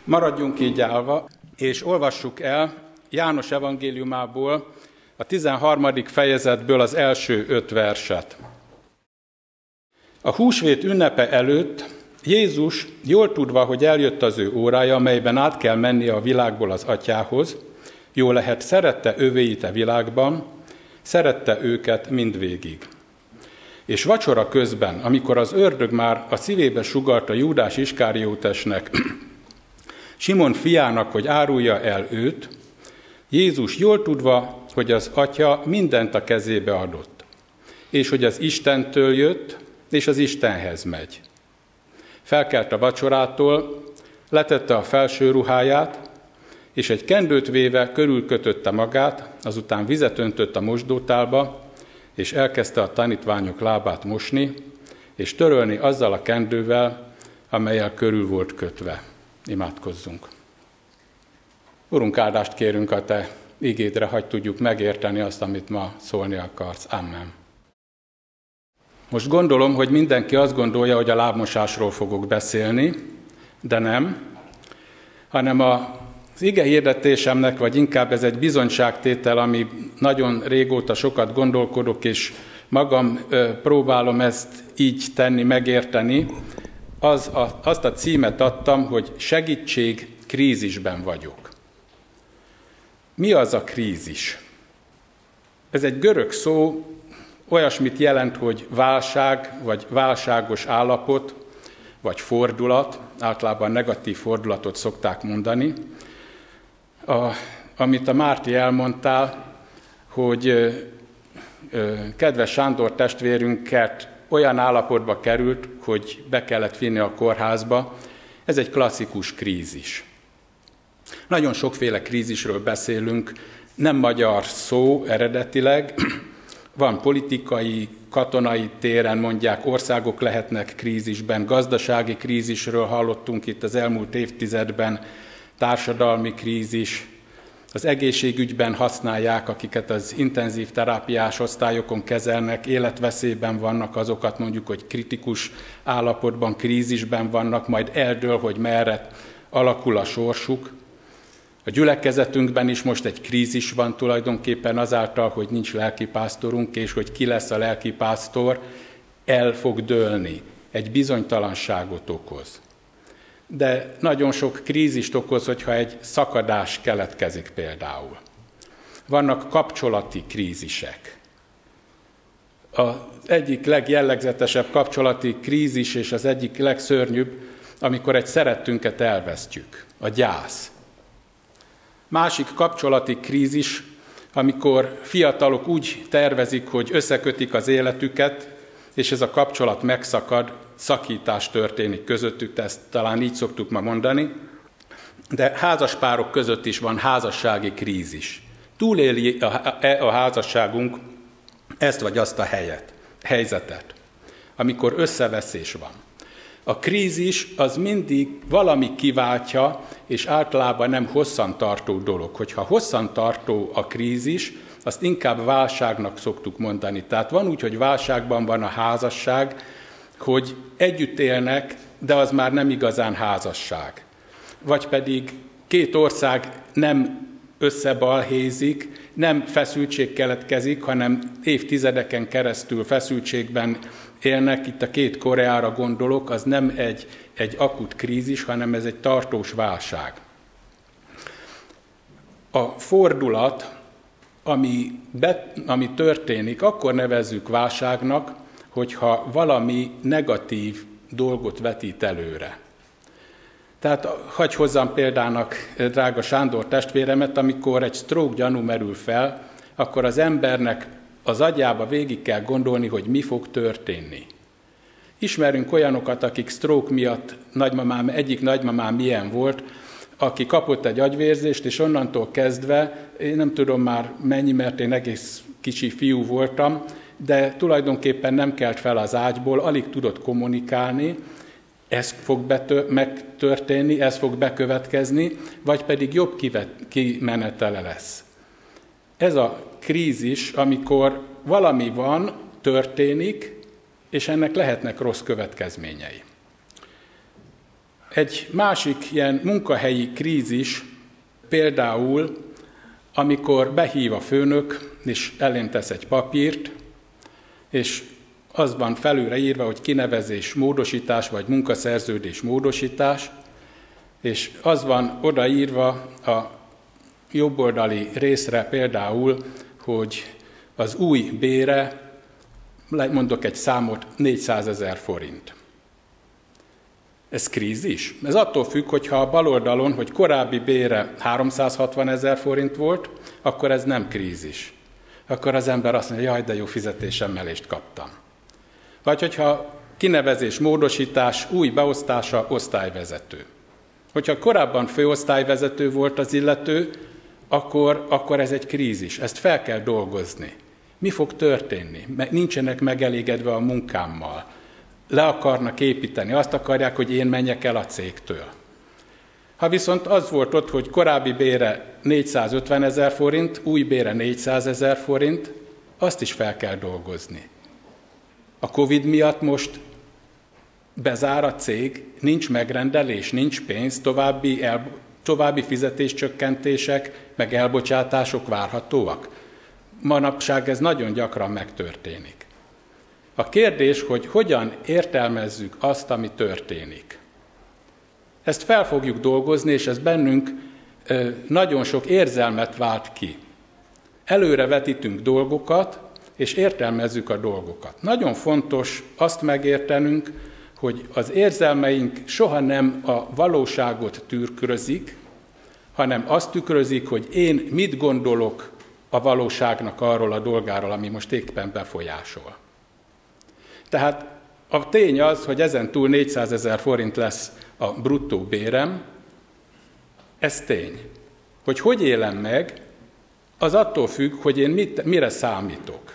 Maradjunk így állva, és olvassuk el János evangéliumából, a 13. fejezetből az első 5 verset. A húsvét ünnepe előtt Jézus, jól tudva, hogy eljött az ő órája, amelyben át kell mennie a világból az atyához, jó lehet, szerette övéit a világban, szerette őket mindvégig. És vacsora közben, amikor az ördög már a szívébe sugallta Júdás Iskáriótesnek, Simon fiának, hogy árulja el őt, Jézus jól tudva, hogy az atya mindent a kezébe adott, és hogy az Istentől jött, és az Istenhez megy. Felkelt a vacsorától, letette a felső ruháját, és egy kendőt véve körülkötötte magát, azután vizet öntött a mosdótálba, és elkezdte a tanítványok lábát mosni, és törölni azzal a kendővel, amellyel körül volt kötve. Imádkozzunk. Urunk, áldást kérünk a Te igédre, hadd tudjuk megérteni azt, amit ma szólni akarsz. Amen. Most gondolom, hogy mindenki azt gondolja, hogy a lábmosásról fogok beszélni, de nem, hanem az ige hirdetésemnek, vagy inkább ez egy bizonyságtétel, ami nagyon régóta sokat gondolkodok, és magam próbálom ezt így tenni, megérteni, azt a címet adtam, hogy segítség, krízisben vagyok. Mi az a krízis? Ez egy görög szó, olyasmit jelent, hogy válság, vagy válságos állapot, vagy fordulat, általában negatív fordulatot szokták mondani. Amit a Márti elmondtál, hogy kedves Sándor testvérünket olyan állapotba került, hogy be kellett vinni a kórházba, ez egy klasszikus krízis. Nagyon sokféle krízisről beszélünk, nem magyar szó eredetileg, van politikai, katonai téren mondják, országok lehetnek krízisben, gazdasági krízisről hallottunk itt az elmúlt évtizedben, társadalmi krízis, az egészségügyben használják, akiket az intenzív terápiás osztályokon kezelnek, életveszélyben vannak, azokat mondjuk, hogy kritikus állapotban, krízisben vannak, majd eldől, hogy merre alakul a sorsuk. A gyülekezetünkben is most egy krízis van tulajdonképpen azáltal, hogy nincs lelkipásztorunk, és hogy ki lesz a lelkipásztor, el fog dőlni, egy bizonytalanságot okoz. De nagyon sok krízist okoz, hogyha egy szakadás keletkezik például. Vannak kapcsolati krízisek. Az egyik legjellegzetesebb kapcsolati krízis, és az egyik legszörnyűbb, amikor egy szerettünket elvesztjük, a gyász. Másik kapcsolati krízis, amikor fiatalok úgy tervezik, hogy összekötik az életüket, és ez a kapcsolat megszakad, szakítás történik közöttük, ezt talán így szoktuk ma mondani, de házaspárok között is van házassági krízis. Túléli a házasságunk ezt vagy azt a helyzetet, amikor összeveszés van. A krízis az mindig valami kiváltja, és általában nem hosszantartó dolog. Hogyha hosszantartó a krízis, azt inkább válságnak szoktuk mondani. Tehát van úgy, hogy válságban van a házasság, hogy együtt élnek, de az már nem igazán házasság. Vagy pedig két ország nem összebalhézik, nem feszültség keletkezik, hanem évtizedeken keresztül feszültségben élnek, itt a két Koreára gondolok, az nem egy akut krízis, hanem ez egy tartós válság. A fordulat, ami történik, akkor nevezzük válságnak, hogyha valami negatív dolgot vetít előre. Tehát hagyj hozzam példának drága Sándor testvéremet, amikor egy stroke gyanú merül fel, akkor az embernek az agyába végig kell gondolni, hogy mi fog történni. Ismerünk olyanokat, akik stroke miatt, egyik nagymamám milyen volt, aki kapott egy agyvérzést, és onnantól kezdve, én nem tudom már mennyi, mert én egész kicsi fiú voltam, de tulajdonképpen nem kelt fel az ágyból, alig tudott kommunikálni, ez fog megtörténni, ez fog bekövetkezni, vagy pedig jobb kimenetele lesz. Ez a krízis, amikor valami van, történik, és ennek lehetnek rossz következményei. Egy másik ilyen munkahelyi krízis például, amikor behív a főnök, és elém tesz egy papírt, és az van felülre írva, hogy kinevezés módosítás, vagy munkaszerződés módosítás, és az van odaírva a jobboldali részre például, hogy az új bére, mondok egy számot, 400 000 forint. Ez krízis? Ez attól függ, hogyha a baloldalon, hogy korábbi bére 360 000 forint volt, akkor ez nem krízis. Akkor az ember azt mondja, jaj, de jó fizetésemelést kaptam. Vagy hogyha kinevezés, módosítás, új beosztása, osztályvezető. Hogyha korábban főosztályvezető volt az illető, akkor ez egy krízis. Ezt fel kell dolgozni. Mi fog történni? Nincsenek megelégedve a munkámmal. Le akarnak építeni. Azt akarják, hogy én menjek el a cégtől. Ha viszont az volt ott, hogy korábbi bére 450 000 forint, új bére 400 000 forint, azt is fel kell dolgozni. A Covid miatt most bezár a cég, nincs megrendelés, nincs pénz, további fizetéscsökkentések, meg elbocsátások várhatóak. Manapság ez nagyon gyakran megtörténik. A kérdés, hogy hogyan értelmezzük azt, ami történik. Ezt fel fogjuk dolgozni, és ez bennünk nagyon sok érzelmet vált ki. Előre vetítünk dolgokat, és értelmezzük a dolgokat. Nagyon fontos azt megértenünk, hogy az érzelmeink soha nem a valóságot tükrözik, hanem azt tükrözik, hogy én mit gondolok a valóságnak arról a dolgáról, ami most éppen befolyásol. Tehát a tény az, hogy ezen túl 400 000 forint lesz a bruttó bérem, ez tény. Hogy élem meg, az attól függ, hogy én mire számítok.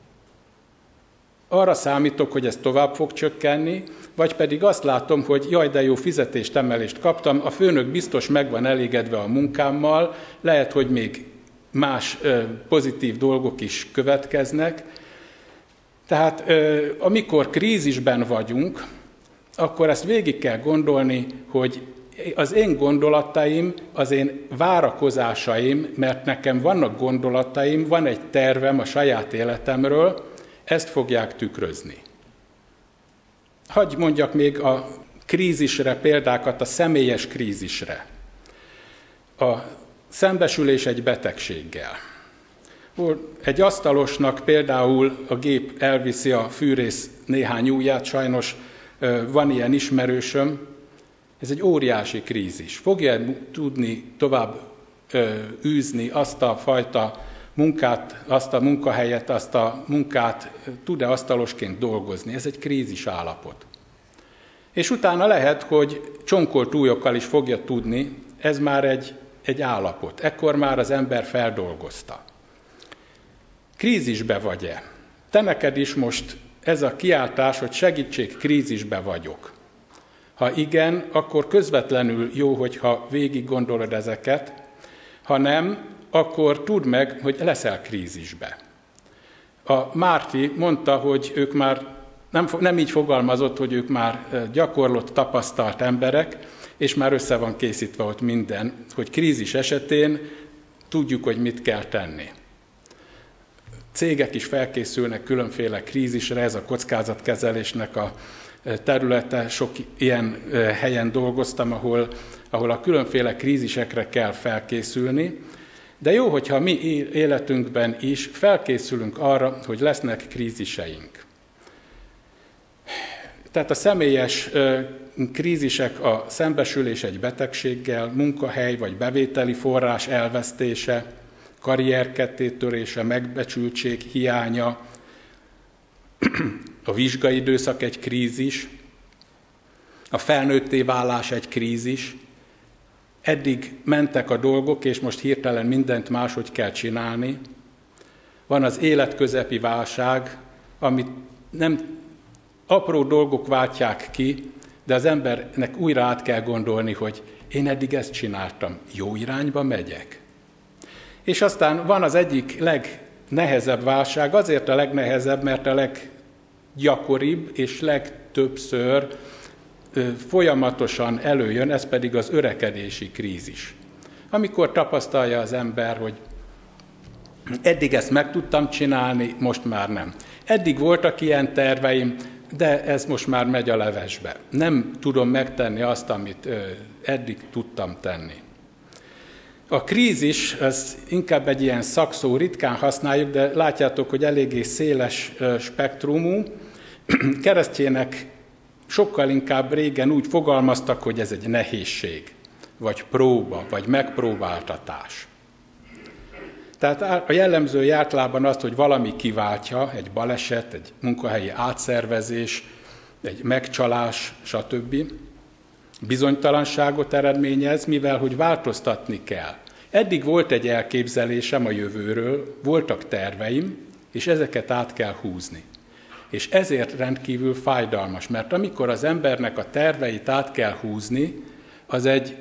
Arra számítok, hogy ez tovább fog csökkenni, vagy pedig azt látom, hogy jaj, de jó fizetést, emelést kaptam, a főnök biztos meg van elégedve a munkámmal, lehet, hogy még más pozitív dolgok is következnek. Tehát amikor krízisben vagyunk, akkor ezt végig kell gondolni, hogy az én gondolataim, az én várakozásaim, mert nekem vannak gondolataim, van egy tervem a saját életemről, ezt fogják tükrözni. Hadd mondjak még a krízisre példákat, a személyes krízisre. A szembesülés egy betegséggel. Egy asztalosnak például a gép elviszi a fűrész néhány ujját, sajnos van ilyen ismerősöm, ez egy óriási krízis. Fogja tudni tovább űzni azt a fajta munkát, azt a munkahelyet, azt a munkát, tud-e asztalosként dolgozni? Ez egy krízis állapot. És utána lehet, hogy csonkolt ujjakkal is fogja tudni, ez már egy állapot. Ekkor már az ember feldolgozta. Krízisbe vagy-e? Te neked is most ez a kiáltás, hogy segítség, krízisbe vagyok. Ha igen, akkor közvetlenül jó, hogyha végig gondolod ezeket, ha nem, akkor tudd meg, hogy leszel krízisbe. A Márti mondta, hogy ők már nem így fogalmazott, hogy ők már gyakorlott, tapasztalt emberek, és már össze van készítve ott minden, hogy krízis esetén tudjuk, hogy mit kell tenni. Cégek is felkészülnek különféle krízisre, ez a kockázatkezelésnek a területe, sok ilyen helyen dolgoztam, ahol a különféle krízisekre kell felkészülni, de jó, hogyha a mi életünkben is felkészülünk arra, hogy lesznek kríziseink. Tehát a személyes krízisek, a szembesülés egy betegséggel, munkahely vagy bevételi forrás elvesztése, karrier kettétörése, megbecsültség hiánya, a vizsgai időszak egy krízis, a felnőtté válás egy krízis, eddig mentek a dolgok, és most hirtelen mindent máshogy kell csinálni. Van az életközepi válság, amit nem apró dolgok váltják ki, de az embernek újra át kell gondolni, hogy én eddig ezt csináltam, jó irányba megyek. És aztán van az egyik legnehezebb válság, azért a legnehezebb, mert a leggyakoribb és legtöbbször folyamatosan előjön, ez pedig az örekedési krízis. Amikor tapasztalja az ember, hogy eddig ezt meg tudtam csinálni, most már nem. Eddig voltak ilyen terveim, de ez most már megy a levesbe. Nem tudom megtenni azt, amit eddig tudtam tenni. A krízis, ez inkább egy ilyen szakszó, ritkán használjuk, de látjátok, hogy eléggé széles spektrumú. Keresztjének sokkal inkább régen úgy fogalmaztak, hogy ez egy nehézség, vagy próba, vagy megpróbáltatás. Tehát a jellemzője általában az, hogy valami kiváltja, egy baleset, egy munkahelyi átszervezés, egy megcsalás, stb. Bizonytalanságot eredményez, mivel hogy változtatni kell. Eddig volt egy elképzelésem a jövőről, voltak terveim, és ezeket át kell húzni. És ezért rendkívül fájdalmas, mert amikor az embernek a terveit át kell húzni, az egy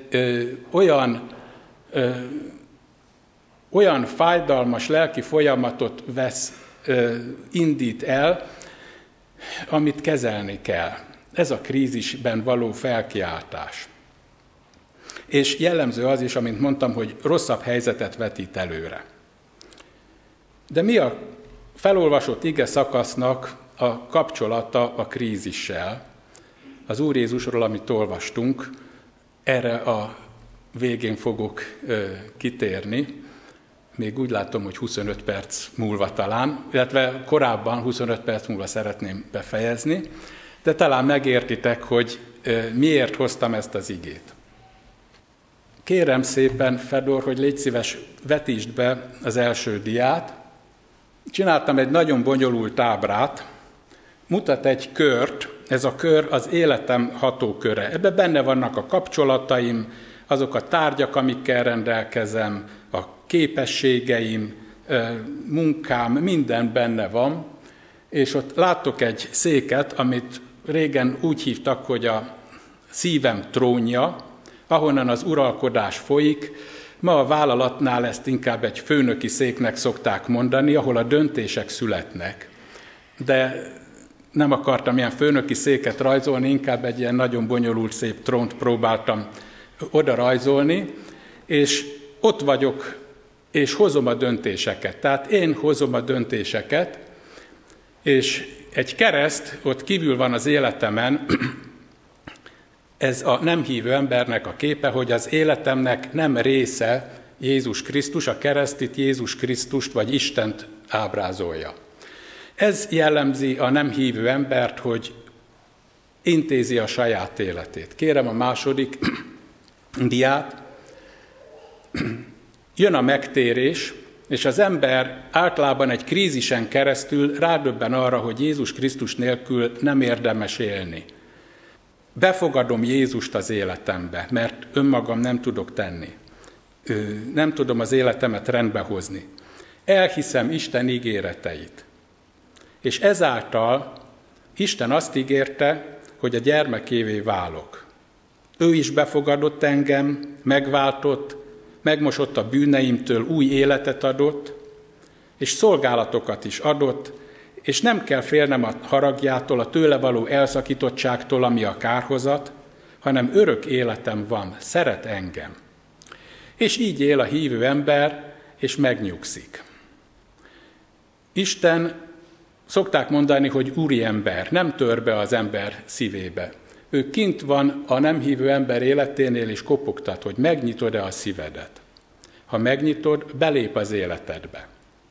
olyan fájdalmas lelki folyamatot indít el, amit kezelni kell. Ez a krízisben való felkiáltás. És jellemző az is, amint mondtam, hogy rosszabb helyzetet vetít előre. De mi a felolvasott ige szakasznak a kapcsolata a krízissel? Az Úr Jézusról, amit olvastunk, erre a végén fogok kitérni. Még úgy látom, hogy 25 perc múlva talán, illetve korábban 25 perc múlva szeretném befejezni, de talán megértitek, hogy miért hoztam ezt az igét. Kérem szépen, Fedor, hogy légy szíves, vetítsd be az első diát. Csináltam egy nagyon bonyolult ábrát, mutat egy kört, ez a kör az életem hatóköre. Ebben benne vannak a kapcsolataim, azok a tárgyak, amikkel rendelkezem, a képességeim, munkám, minden benne van, és ott láttok egy széket, amit régen úgy hívtak, hogy a szívem trónja, ahonnan az uralkodás folyik. Ma a vállalatnál ezt inkább egy főnöki széknek szokták mondani, ahol a döntések születnek. De nem akartam ilyen főnöki széket rajzolni, inkább egy ilyen nagyon bonyolult, szép trónt próbáltam oda rajzolni, és ott vagyok, és hozom a döntéseket. Tehát én hozom a döntéseket, és egy kereszt ott kívül van az életemen, ez a nem hívő embernek a képe, hogy az életemnek nem része Jézus Krisztus, a kereszt itt Jézus Krisztust vagy Istent ábrázolja. Ez jellemzi a nem hívő embert, hogy intézi a saját életét. Kérem a második diát. Jön a megtérés, és az ember általában egy krízisen keresztül rádöbben arra, hogy Jézus Krisztus nélkül nem érdemes élni. Befogadom Jézust az életembe, mert önmagam nem tudok tenni. Nem tudom az életemet rendbe hozni. Elhiszem Isten ígéreteit. És ezáltal Isten azt ígérte, hogy a gyermekévé válok. Ő is befogadott engem, megváltott, megmosott a bűneimtől, új életet adott, és szolgálatokat is adott, és nem kell félnem a haragjától, a tőle való elszakítottságtól, ami a kárhozat, hanem örök életem van, szeret engem. És így él a hívő ember, és megnyugszik. Isten, szokták mondani, hogy úriember, nem tör be az ember szívébe. Ő kint van a nem hívő ember életénél, és kopogtat, hogy megnyitod-e a szívedet. Ha megnyitod, belép az életedbe.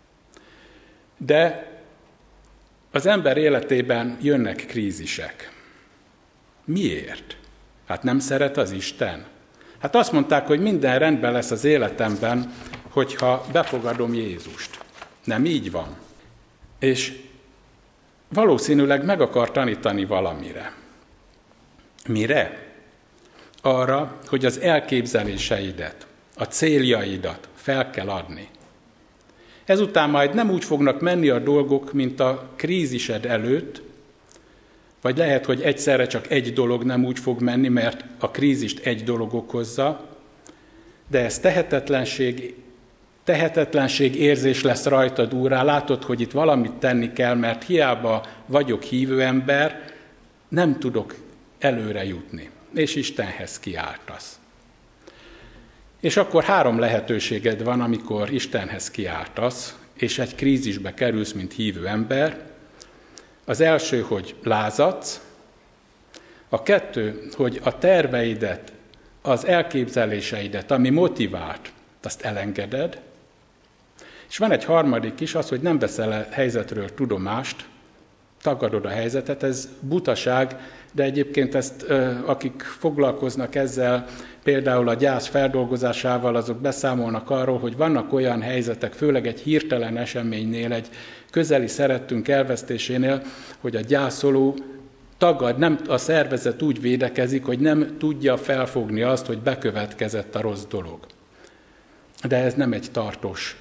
De az ember életében jönnek krízisek. Miért? Hát nem szeret az Isten? Hát azt mondták, hogy minden rendben lesz az életemben, hogyha befogadom Jézust. Nem így van. És valószínűleg meg akar tanítani valamire. Mire? Arra, hogy az elképzeléseidet, a céljaidat fel kell adni. Ezután majd nem úgy fognak menni a dolgok, mint a krízised előtt, vagy lehet, hogy egyszerre csak egy dolog nem úgy fog menni, mert a krízist egy dolog okozza, de ez tehetetlenség érzés lesz rajtad úrrá, látod, hogy itt valamit tenni kell, mert hiába vagyok hívő ember, nem tudok előre jutni, és Istenhez kiáltasz. És akkor 3 lehetőséged van, amikor Istenhez kiáltasz, és egy krízisbe kerülsz, mint hívő ember. Az első, hogy lázadsz, a 2, hogy a terveidet, az elképzeléseidet, ami motivált, azt elengeded, és van egy harmadik is, az, hogy nem veszel a helyzetről tudomást, tagadod a helyzetet, ez butaság, de egyébként ezt, akik foglalkoznak ezzel, például a gyász feldolgozásával, azok beszámolnak arról, hogy vannak olyan helyzetek, főleg egy hirtelen eseménynél, egy közeli szerettünk elvesztésénél, hogy a gyászoló tagad, nem, a szervezet úgy védekezik, hogy nem tudja felfogni azt, hogy bekövetkezett a rossz dolog. De ez nem egy tartós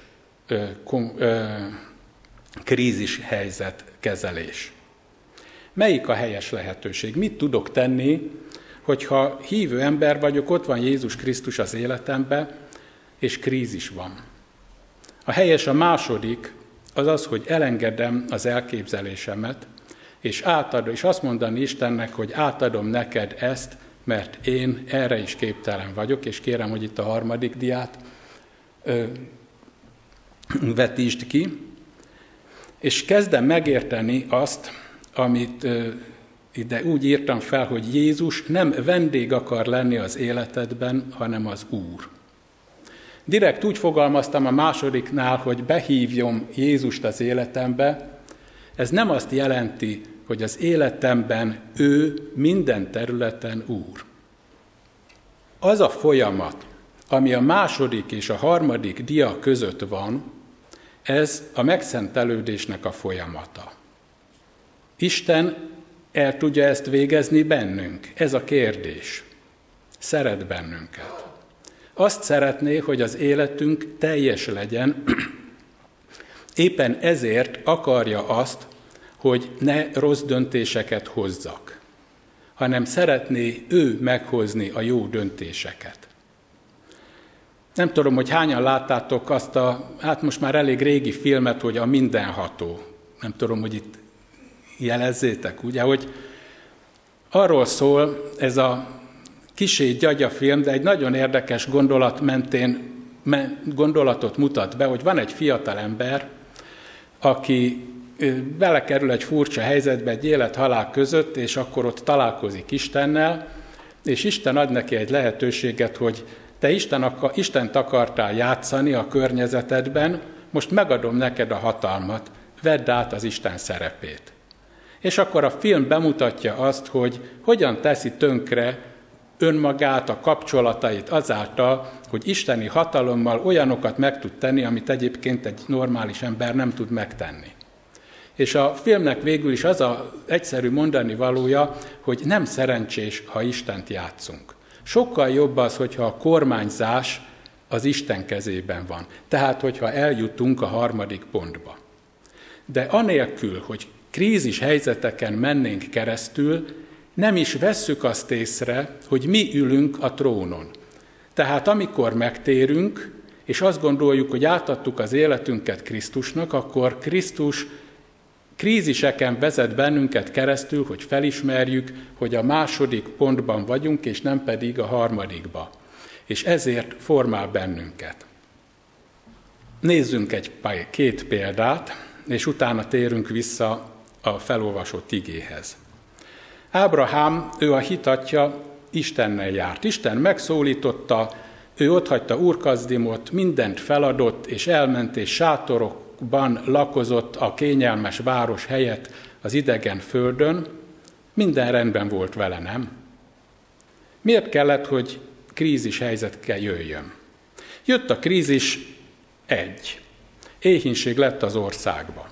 krízis helyzet kezelés. Melyik a helyes lehetőség? Mit tudok tenni, hogyha hívő ember vagyok, ott van Jézus Krisztus az életemben, és krízis van? A helyes, a második, az az, hogy elengedem az elképzelésemet, és azt mondani Istennek, hogy átadom neked ezt, mert én erre is képtelen vagyok, és kérem, hogy itt a harmadik diát vetítsd ki, és kezdem megérteni azt, amit ide úgy írtam fel, hogy Jézus nem vendég akar lenni az életedben, hanem az Úr. Direkt úgy fogalmaztam a másodiknál, hogy behívjam Jézust az életembe. Ez nem azt jelenti, hogy az életemben ő minden területen Úr. Az a folyamat, ami a második és a harmadik dia között van, ez a megszentelődésnek a folyamata. Isten el tudja ezt végezni bennünk? Ez a kérdés. Szeret bennünket. Azt szeretné, hogy az életünk teljes legyen, éppen ezért akarja azt, hogy ne rossz döntéseket hozzak, hanem szeretné ő meghozni a jó döntéseket. Nem tudom, hogy hányan láttátok azt most már elég régi filmet, hogy a Mindenható. Nem tudom, hogy itt jelezzétek, ugye, hogy arról szól ez a kisé gyagya film, de egy nagyon érdekes gondolat mentén gondolatot mutat be, hogy van egy fiatal ember, aki belekerül egy furcsa helyzetbe, egy élet-halál között, és akkor ott találkozik Istennel, és Isten ad neki egy lehetőséget, hogy te Istent akartál játszani a környezetedben, most megadom neked a hatalmat, vedd át az Isten szerepét. És akkor a film bemutatja azt, hogy hogyan teszi tönkre önmagát, a kapcsolatait azáltal, hogy isteni hatalommal olyanokat meg tud tenni, amit egyébként egy normális ember nem tud megtenni. És a filmnek végül is az az egyszerű mondani valója, hogy nem szerencsés, ha Istent játszunk. Sokkal jobb az, hogyha a kormányzás az Isten kezében van. Tehát, hogyha eljutunk a harmadik pontba. De anélkül, hogy krízis helyzeteken mennénk keresztül, nem is vesszük azt észre, hogy mi ülünk a trónon. Tehát amikor megtérünk, és azt gondoljuk, hogy átadtuk az életünket Krisztusnak, akkor Krisztus kríziseken vezet bennünket keresztül, hogy felismerjük, hogy a második pontban vagyunk, és nem pedig a harmadikba. És ezért formál bennünket. Nézzünk két példát, és utána térünk vissza a felolvasott igéhez. Ábrahám, ő a hit atya, Istennel járt. Isten megszólította, ő otthagyta Úr-Kasdimot, mindent feladott, és elment, és sátorokban lakozott a kényelmes város helyett az idegen földön. Minden rendben volt vele, nem? Miért kellett, hogy krízis helyzetkel jöjjön? Jött a krízis, éhínség lett az országban.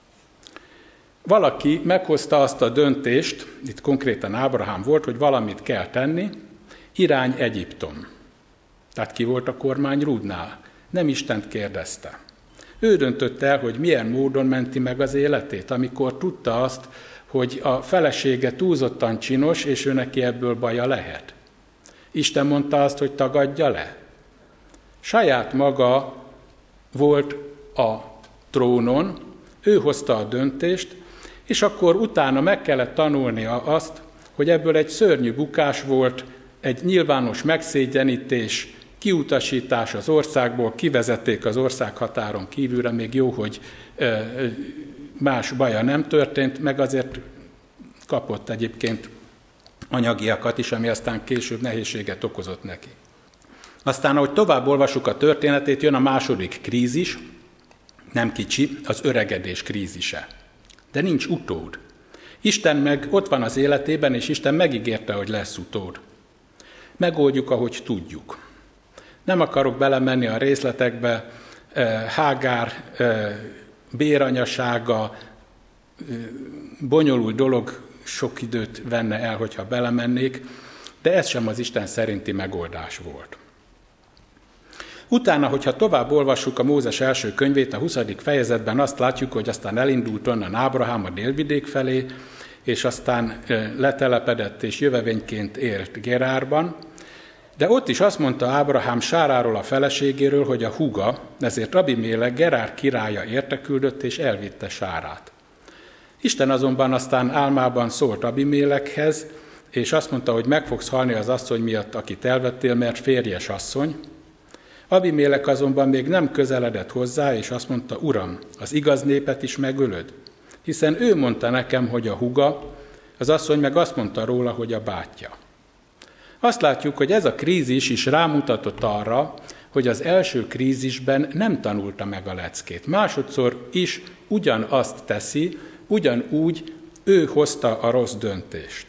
Valaki meghozta azt a döntést, itt konkrétan Ábrahám volt, hogy valamit kell tenni, irány Egyiptom. Tehát ki volt a kormány Rúdnál? Nem Istent kérdezte. Ő döntött el, hogy milyen módon menti meg az életét, amikor tudta azt, hogy a felesége túlzottan csinos, és ő neki ebből baja lehet. Isten mondta azt, hogy tagadja le. Saját maga volt a trónon, ő hozta a döntést, és akkor utána meg kellett tanulnia azt, hogy ebből egy szörnyű bukás volt, egy nyilvános megszégyenítés, kiutasítás az országból, kivezették az országhatáron kívülre, még jó, hogy más baja nem történt, meg azért kapott egyébként anyagiakat is, ami aztán később nehézséget okozott neki. Aztán, ahogy tovább olvassuk a történetét, jön a második krízis, nem kicsi, az öregedés krízise. De nincs utód. Isten meg ott van az életében, és Isten megígérte, hogy lesz utód. Megoldjuk, ahogy tudjuk. Nem akarok belemenni a részletekbe, Hágár béranyasága, bonyolult dolog, sok időt venne el, hogyha belemennék, de ez sem az Isten szerinti megoldás volt. Utána, hogyha tovább olvassuk a Mózes első könyvét, a 20. fejezetben azt látjuk, hogy aztán elindult onnan Ábrahám a délvidék felé, és aztán letelepedett és jövevényként élt Gerárban, de ott is azt mondta Ábrahám Sáráról, a feleségéről, hogy a húga, ezért Abimélek Gerár királya érteküldött és elvitte Sárát. Isten azonban aztán álmában szólt Abimélekhez, és azt mondta, hogy meg fogsz halni az asszony miatt, akit elvettél, mert férjes asszony. Abimélek azonban még nem közeledett hozzá, és azt mondta, Uram, az igaz népet is megölöd? Hiszen ő mondta nekem, hogy a húga, az asszony meg azt mondta róla, hogy a bátyja. Azt látjuk, hogy ez a krízis is rámutatott arra, hogy az első krízisben nem tanulta meg a leckét. Másodszor is ugyanazt teszi, ugyanúgy ő hozta a rossz döntést.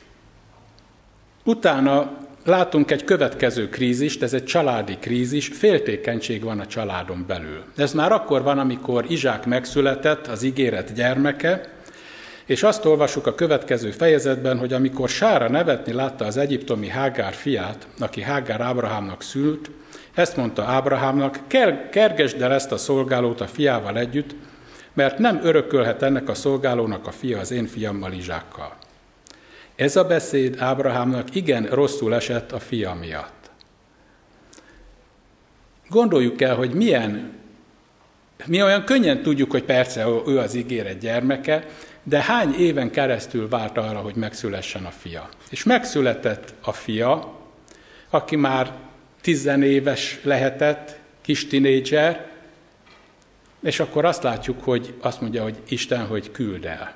Utána látunk egy következő krízist, ez egy családi krízis, féltékenység van a családon belül. Ez már akkor van, amikor Izsák megszületett, az ígéret gyermeke, és azt olvassuk a következő fejezetben, hogy amikor Sára nevetni látta az egyiptomi Hágár fiát, aki Hágár Ábrahámnak szült, ezt mondta Ábrahámnak, kergesd el ezt a szolgálót a fiával együtt, mert nem örökölhet ennek a szolgálónak a fia az én fiammal Izsákkal. Ez a beszéd Ábrahámnak igen rosszul esett a fia miatt. Gondoljuk el, hogy mi olyan könnyen tudjuk, hogy persze ő az ígéret gyermeke, de hány éven keresztül várt arra, hogy megszülessen a fia. És megszületett a fia, aki már 10 éves lehetett, kis tinédzser, és akkor azt látjuk, hogy azt mondja, hogy Isten, hogy küld el.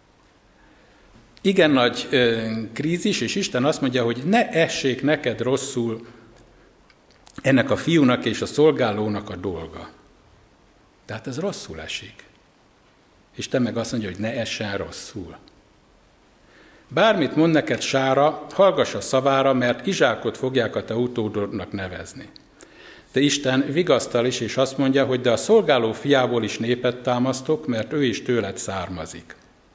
Igen nagy krízis, és Isten azt mondja, hogy ne essék neked rosszul ennek a fiúnak és a szolgálónak a dolga. Tehát ez rosszul esik. Isten meg azt mondja, hogy ne essen rosszul. Bármit mond neked Sára, hallgass a szavára, mert Izsákot fogják a te utódodnak nevezni. De Isten vigasztal is, és azt mondja, hogy de a szolgáló fiából is népet támasztok, mert ő is tőled származik.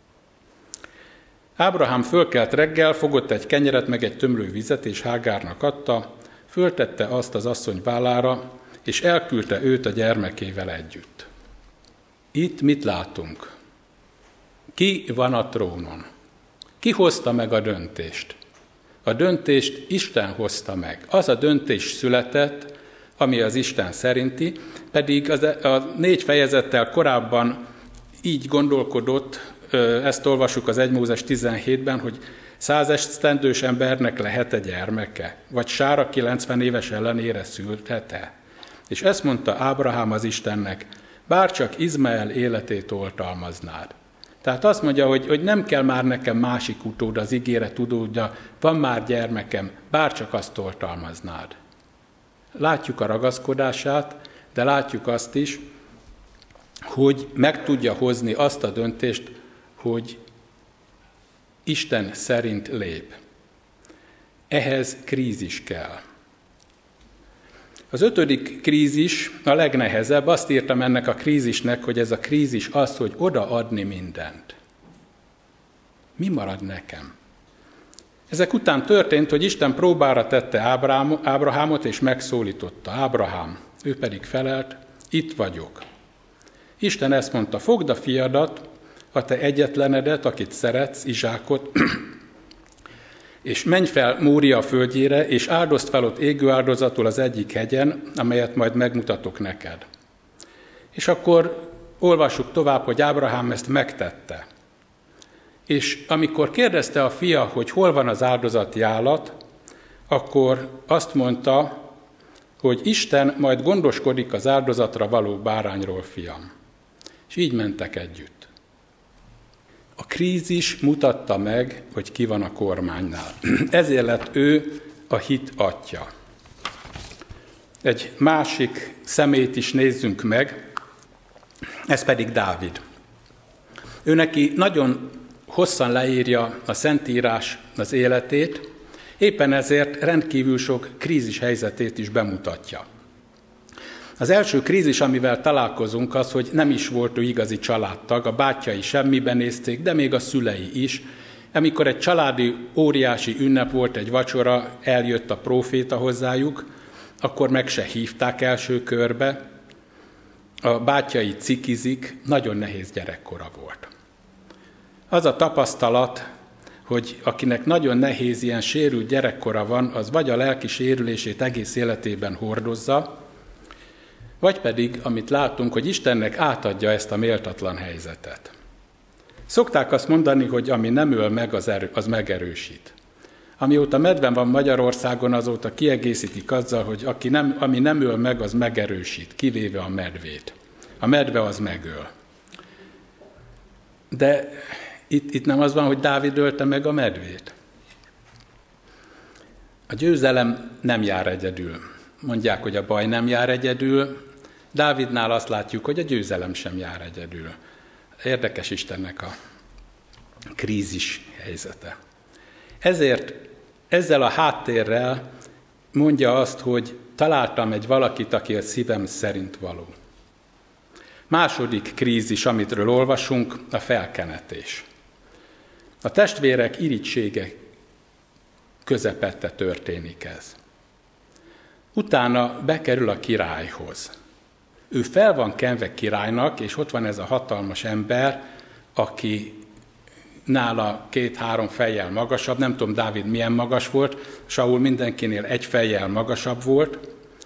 Ábrahám fölkelt reggel, fogott egy kenyeret meg egy tömlő vizet, és Hágárnak adta, föltette azt az asszony vállára, és elküldte őt a gyermekével együtt. Itt mit látunk? Ki van a trónon? Ki hozta meg a döntést? A döntést Isten hozta meg. Az a döntés született, ami az Isten szerinti, pedig a 4 fejezettel korábban így gondolkodott, ezt olvassuk az 1 Mózes 17-ben, hogy 100 esztendős embernek lehet-e gyermeke? Vagy Sára 90 éves ellenére szülhet-e? És ezt mondta Ábrahám az Istennek, bárcsak Izmael életét oltalmaznád. Tehát azt mondja, hogy nem kell már nekem másik utód, az ígéret utódja, van már gyermekem, bárcsak azt oltalmaznád. Látjuk a ragaszkodását, de látjuk azt is, hogy meg tudja hozni azt a döntést, hogy Isten szerint lép. Ehhez krízis kell. Az 5. krízis a legnehezebb, azt írtam ennek a krízisnek, hogy ez a krízis az, hogy odaadni mindent. Mi marad nekem? Ezek után történt, hogy Isten próbára tette Ábrahámot, és megszólította. Ábrahám, ő pedig felelt, itt vagyok. Isten ezt mondta, fogd a fiadat, a te egyetlenedet, akit szeretsz, Izsákot, és menj fel Mória földjére, és áldozd fel ott égő áldozatul az egyik hegyen, amelyet majd megmutatok neked. És akkor olvassuk tovább, hogy Ábrahám ezt megtette. És amikor kérdezte a fia, hogy hol van az áldozati állat, akkor azt mondta, hogy Isten majd gondoskodik az áldozatra való bárányról, fiam. És így mentek együtt. A krízis mutatta meg, hogy ki van a kormánynál. Ezért lett ő a hit atya. Egy másik személyt is nézzünk meg, ez pedig Dávid. Ő neki nagyon hosszan leírja a Szentírás az életét, éppen ezért rendkívül sok krízis helyzetét is bemutatja. Az első krízis, amivel találkozunk, az, hogy nem is volt ő igazi családtag, a bátyjai semmiben nézték, de még a szülei is. Amikor egy családi óriási ünnep volt, egy vacsora, eljött a próféta hozzájuk, akkor meg se hívták első körbe. A bátyjai cikizik, nagyon nehéz gyerekkora volt. Az a tapasztalat, hogy akinek nagyon nehéz ilyen sérült gyerekkora van, az vagy a lelki sérülését egész életében hordozza, vagy pedig, amit látunk, hogy Istennek átadja ezt a méltatlan helyzetet. Szokták azt mondani, hogy ami nem öl meg, az megerősít. Amióta medven van Magyarországon, azóta kiegészítik azzal, hogy ami nem öl meg, az megerősít, kivéve a medvét. A medve az megöl. De itt nem az van, hogy Dávid ölte meg a medvét. A győzelem nem jár egyedül. Mondják, hogy a baj nem jár egyedül. Dávidnál azt látjuk, hogy a győzelem sem jár egyedül. Érdekes Istennek a krízis helyzete. Ezért ezzel a háttérrel mondja azt, hogy találtam egy valakit, aki a szívem szerint való. Második krízis, amitről olvasunk, a felkenetés. A testvérek irítsége közepette történik ez. Utána bekerül a királyhoz. Ő fel van kenve királynak, és ott van ez a hatalmas ember, aki nála 2-3 fejjel magasabb, nem tudom, Dávid milyen magas volt, Saul mindenkinél 1 fejjel magasabb volt,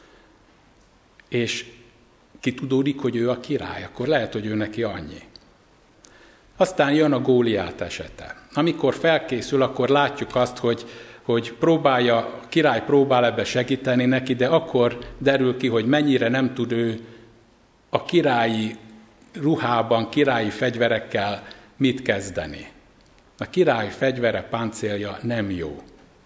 és kitudódik, hogy ő a király, akkor lehet, hogy ő neki annyi. Aztán jön a Góliát esete. Amikor felkészül, akkor látjuk azt, hogy a király próbál ebbe segíteni neki, de akkor derül ki, hogy mennyire nem tud ő a királyi ruhában, királyi fegyverekkel mit kezdeni. A király fegyvere, páncélja nem jó.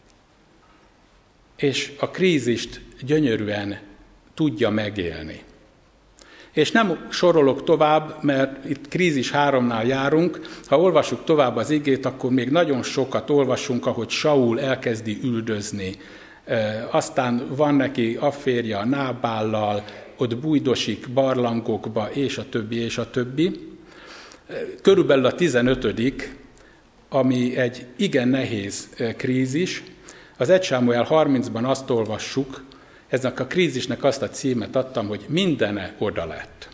És a krízist gyönyörűen tudja megélni. És nem sorolok tovább, mert itt krízis 3-nál járunk. Ha olvassuk tovább az igét, akkor még nagyon sokat olvasunk, ahogy Saul elkezdi üldözni. Aztán van neki afférja Nábállal, ott bújdosik barlangokba, és a többi, és a többi. Körülbelül a 15., ami egy igen nehéz krízis. Az 1 Sámuel 30-ban azt olvassuk, eznek a krízisnek azt a címet adtam, hogy mindene oda lett.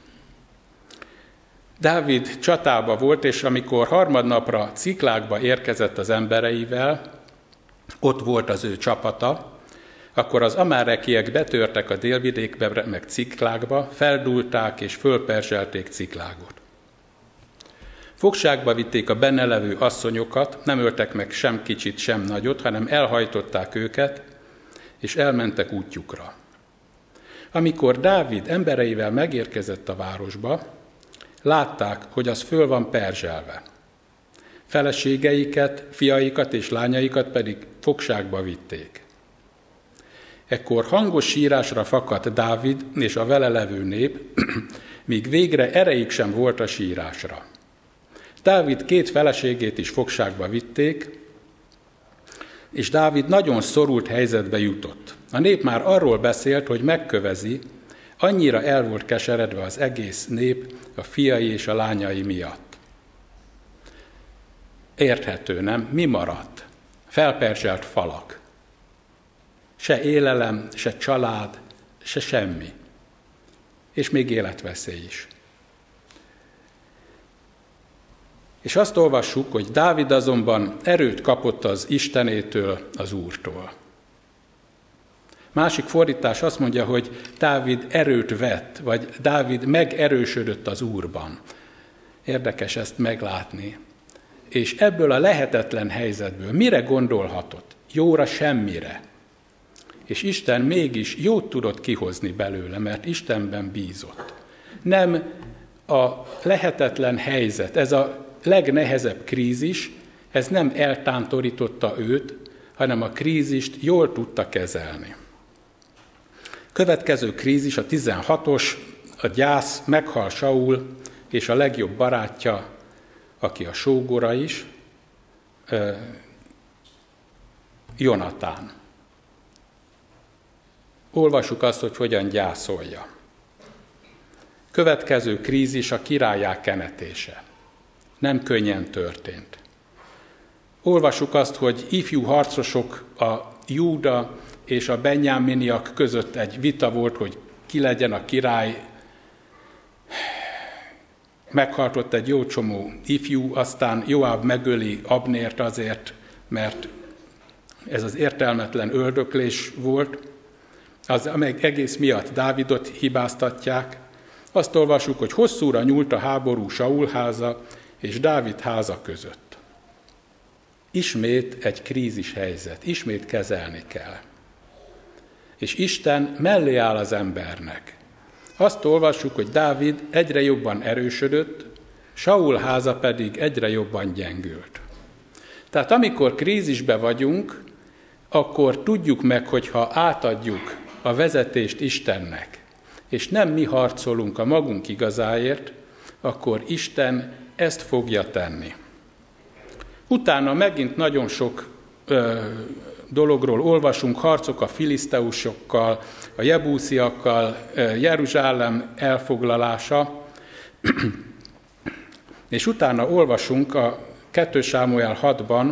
Dávid csatába volt, és amikor harmadnapra Ciklágba érkezett az embereivel, ott volt az ő csapata, akkor az amárekiek betörtek a délvidékbe, meg Ciklágba, feldúlták és fölperzselték Ciklágot. Fogságba vitték a benne levő asszonyokat, nem öltek meg sem kicsit, sem nagyot, hanem elhajtották őket, és elmentek útjukra. Amikor Dávid embereivel megérkezett a városba, látták, hogy az föl van perzselve. Feleségeiket, fiaikat és lányaikat pedig fogságba vitték. Ekkor hangos sírásra fakadt Dávid és a vele levő nép, míg végre erejük sem volt a sírásra. Dávid 2 feleségét is fogságba vitték, és Dávid nagyon szorult helyzetbe jutott. A nép már arról beszélt, hogy megkövezi, annyira el volt keseredve az egész nép a fiai és a lányai miatt. Érthető, nem? Mi maradt? Felperzselt falak. Se élelem, se család, se semmi. És még életveszély is. És azt olvassuk, hogy Dávid azonban erőt kapott az Istenétől, az Úrtól. Másik fordítás azt mondja, hogy Dávid erőt vett, vagy Dávid megerősödött az Úrban. Érdekes ezt meglátni. és ebből a lehetetlen helyzetből mire gondolhatott? Jóra, semmire. És Isten mégis jót tudott kihozni belőle, mert Istenben bízott. Nem a lehetetlen helyzet, ez a legnehezebb krízis, ez nem eltántorította őt, hanem a krízist jól tudta kezelni. Következő krízis, a 16-os, a gyász, meghal Saul, és a legjobb barátja, aki a sógora is, Jonatán. Olvassuk azt, hogy hogyan gyászolja. Következő krízis a királlyá kenetése. Nem könnyen történt. Olvassuk azt, hogy ifjú harcosok, a Júda és a Benjáminiak között egy vita volt, hogy ki legyen a király. Meghalt egy jó csomó ifjú, aztán Joáb megöli Abnért azért, mert ez az értelmetlen öldöklés volt, az egész miatt Dávidot hibáztatják. Azt olvassuk, hogy hosszúra nyúlt a háború Saul háza és Dávid háza között. Ismét egy krízis helyzet, ismét kezelni kell. És Isten mellé áll az embernek. Azt olvassuk, hogy Dávid egyre jobban erősödött, Saul háza pedig egyre jobban gyengült. Tehát amikor krízisbe vagyunk, akkor tudjuk meg, hogy ha átadjuk a vezetést Istennek, és nem mi harcolunk a magunk igazáért, akkor Isten ezt fogja tenni. Utána megint nagyon sok dologról olvasunk, harcok a filiszteusokkal, a jebúsziakkal, Jeruzsálem elfoglalása, és utána olvasunk a 2 Sámuel 6-ban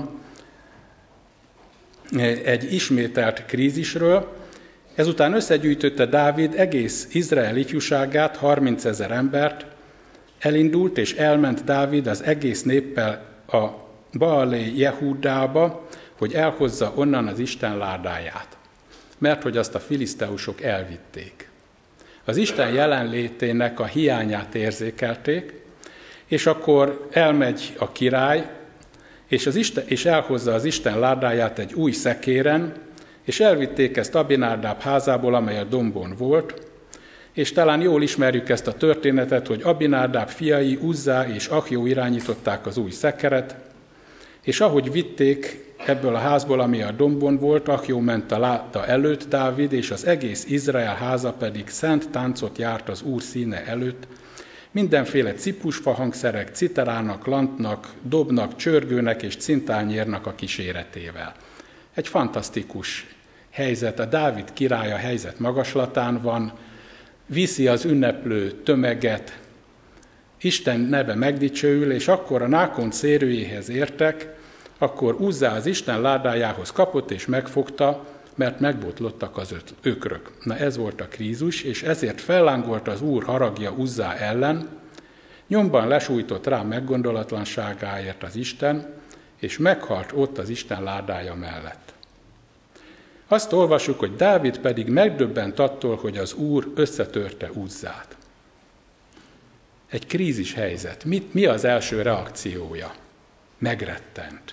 egy ismételt krízisről. Ezután összegyűjtötte Dávid egész Izrael ifjúságát, 30 000 embert, elindult és elment Dávid az egész néppel a Baalé Jehúdába, hogy elhozza onnan az Isten ládáját, mert hogy azt a filiszteusok elvitték. Az Isten jelenlétének a hiányát érzékelték, és akkor elmegy a király, és elhozza az Isten ládáját egy új szekéren, és elvitték ezt Abinádáb házából, amely a dombon volt, és talán jól ismerjük ezt a történetet, hogy Abinádáb fiai, Uzzá és Ahjó irányították az új szekeret, és ahogy vitték ebből a házból, ami a dombon volt, Ahjó ment a láda előtt Dávid, és az egész Izrael háza pedig szent táncot járt az Úr színe előtt, mindenféle cipusfa hangszerek, citerának, lantnak, dobnak, csörgőnek és cintányérnak a kíséretével. Egy fantasztikus helyzet, a Dávid király a helyzet magaslatán van, viszi az ünneplő tömeget, Isten neve megdicsőül, és akkor a nákon szérőjéhez értek, akkor Uzzá az Isten ládájához kapott és megfogta, mert megbotlottak az ökrök. Na ez volt a krízus, és ezért fellángolt az Úr haragja Uzzá ellen, nyomban lesújtott rá meggondolatlanságáért az Isten, és meghalt ott az Isten ládája mellett. Azt olvassuk, hogy Dávid pedig megdöbbent attól, hogy az Úr összetörte Uzzát. Egy krízis helyzet. Mi az első reakciója? Megrettent.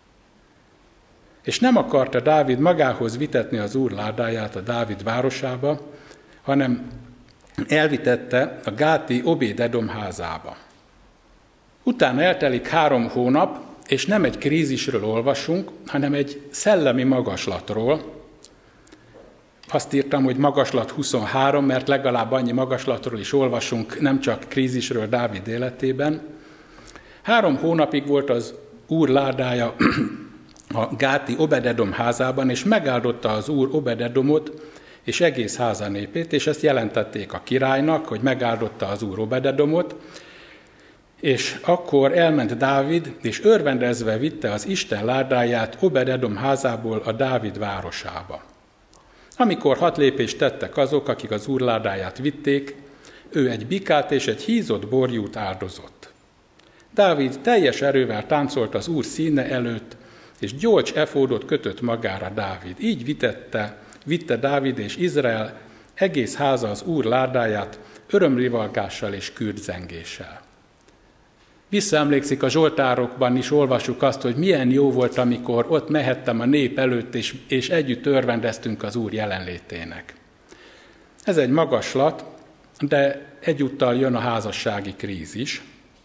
És nem akarta Dávid magához vitetni az Úr ládáját a Dávid városába, hanem elvitette a gáti Obéd-edom házába. Utána eltelik 3 hónap, és nem egy krízisről olvasunk, hanem egy szellemi magaslatról. Azt írtam, hogy magaslat 23, mert legalább annyi magaslatról is olvasunk, nem csak krízisről Dávid életében. 3 hónapig volt az Úr ládája a gáti Obed-edom házában, és megáldotta az Úr Obed-edomot és egész háza népét, és ezt jelentették a királynak, hogy megáldotta az Úr Obed-edomot, és akkor elment Dávid, és örvendezve vitte az Isten ládáját Obed-edom házából a Dávid városába. Amikor 6 lépést tettek azok, akik az Úr ládáját vitték, ő egy bikát és egy hízott borjút áldozott. Dávid teljes erővel táncolt az Úr színe előtt, és gyolcs efódot kötött magára Dávid. Így vitte Dávid és Izrael egész háza az Úr ládáját örömrivalgással és kürtzengéssel. Visszaemlékszik, a Zsoltárokban is olvassuk azt, hogy milyen jó volt, amikor ott mehettem a nép előtt, és együtt örvendeztünk az Úr jelenlétének. Ez egy magaslat, de egyúttal jön a házassági krízis.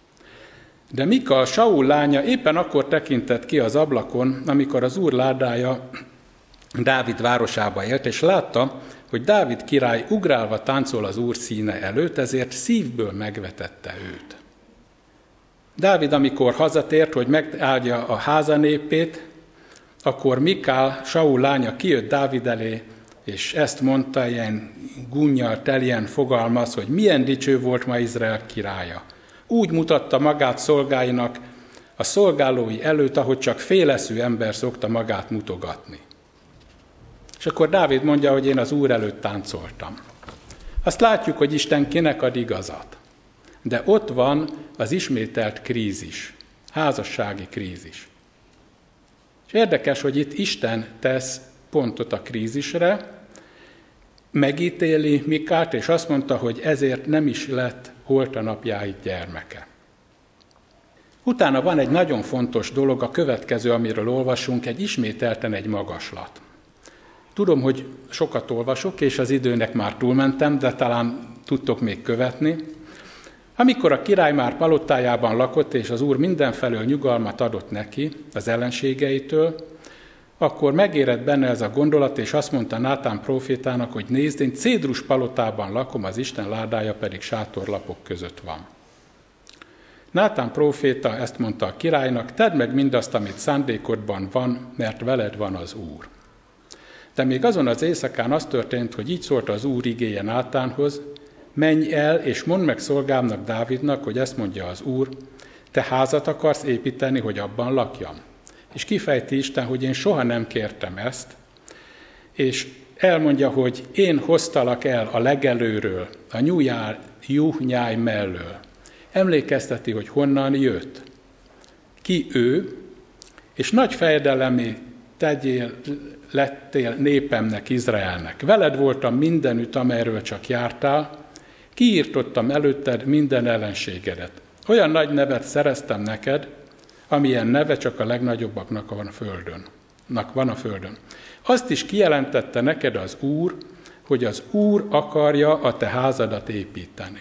De Mikal, Saul lánya éppen akkor tekintett ki az ablakon, amikor az Úr ládája Dávid városába élt, és látta, hogy Dávid király ugrálva táncol az Úr színe előtt, ezért szívből megvetette őt. Dávid, amikor hazatért, hogy megáldja a háza népét, akkor Mikál, Saul lánya kijött Dávid elé, és ezt mondta, ilyen gúnnyal teljen fogalmaz, hogy milyen dicső volt ma Izrael királya. Úgy mutatta magát szolgáinak a szolgálói előtt, ahogy csak féleszű ember szokta magát mutogatni. És akkor Dávid mondja, hogy én az Úr előtt táncoltam. Azt látjuk, hogy Isten kinek ad igazat. De ott van az ismételt krízis, házassági krízis. És érdekes, hogy itt Isten tesz pontot a krízisre, megítéli Mikát, és azt mondta, hogy ezért nem is lett holt a napjáig gyermeke. Utána van egy nagyon fontos dolog, a következő, amiről olvasunk, ismételten egy magaslat. Tudom, hogy sokat olvasok, és az időnek már túlmentem, de talán tudtok még követni. Amikor a király már palotájában lakott, és az Úr mindenfelől nyugalmat adott neki az ellenségeitől, akkor megérett benne ez a gondolat, és azt mondta Nátán prófétának, hogy nézd, én cédrus palotában lakom, az Isten ládája pedig sátorlapok között van. Nátán próféta ezt mondta a királynak, tedd meg mindazt, amit szándékodban van, mert veled van az Úr. De még azon az éjszakán az történt, hogy így szólt az Úr igéje Nátánhoz, menj el, és mondd meg szolgámnak Dávidnak, hogy ezt mondja az Úr, te házat akarsz építeni, hogy abban lakjam. És kifejti Isten, hogy én soha nem kértem ezt, és elmondja, hogy én hoztalak el a legelőről, a juhnyáj mellől. Emlékezteti, hogy honnan jött. Ki ő, és nagy fejedelemé lettél népemnek, Izraelnek. Veled voltam mindenütt, amelyről csak jártál, kiírtottam előtted minden ellenségedet. Olyan nagy nevet szereztem neked, amilyen neve csak a legnagyobbaknak van a földön. Azt is kijelentette neked az Úr, hogy az Úr akarja a te házadat építeni.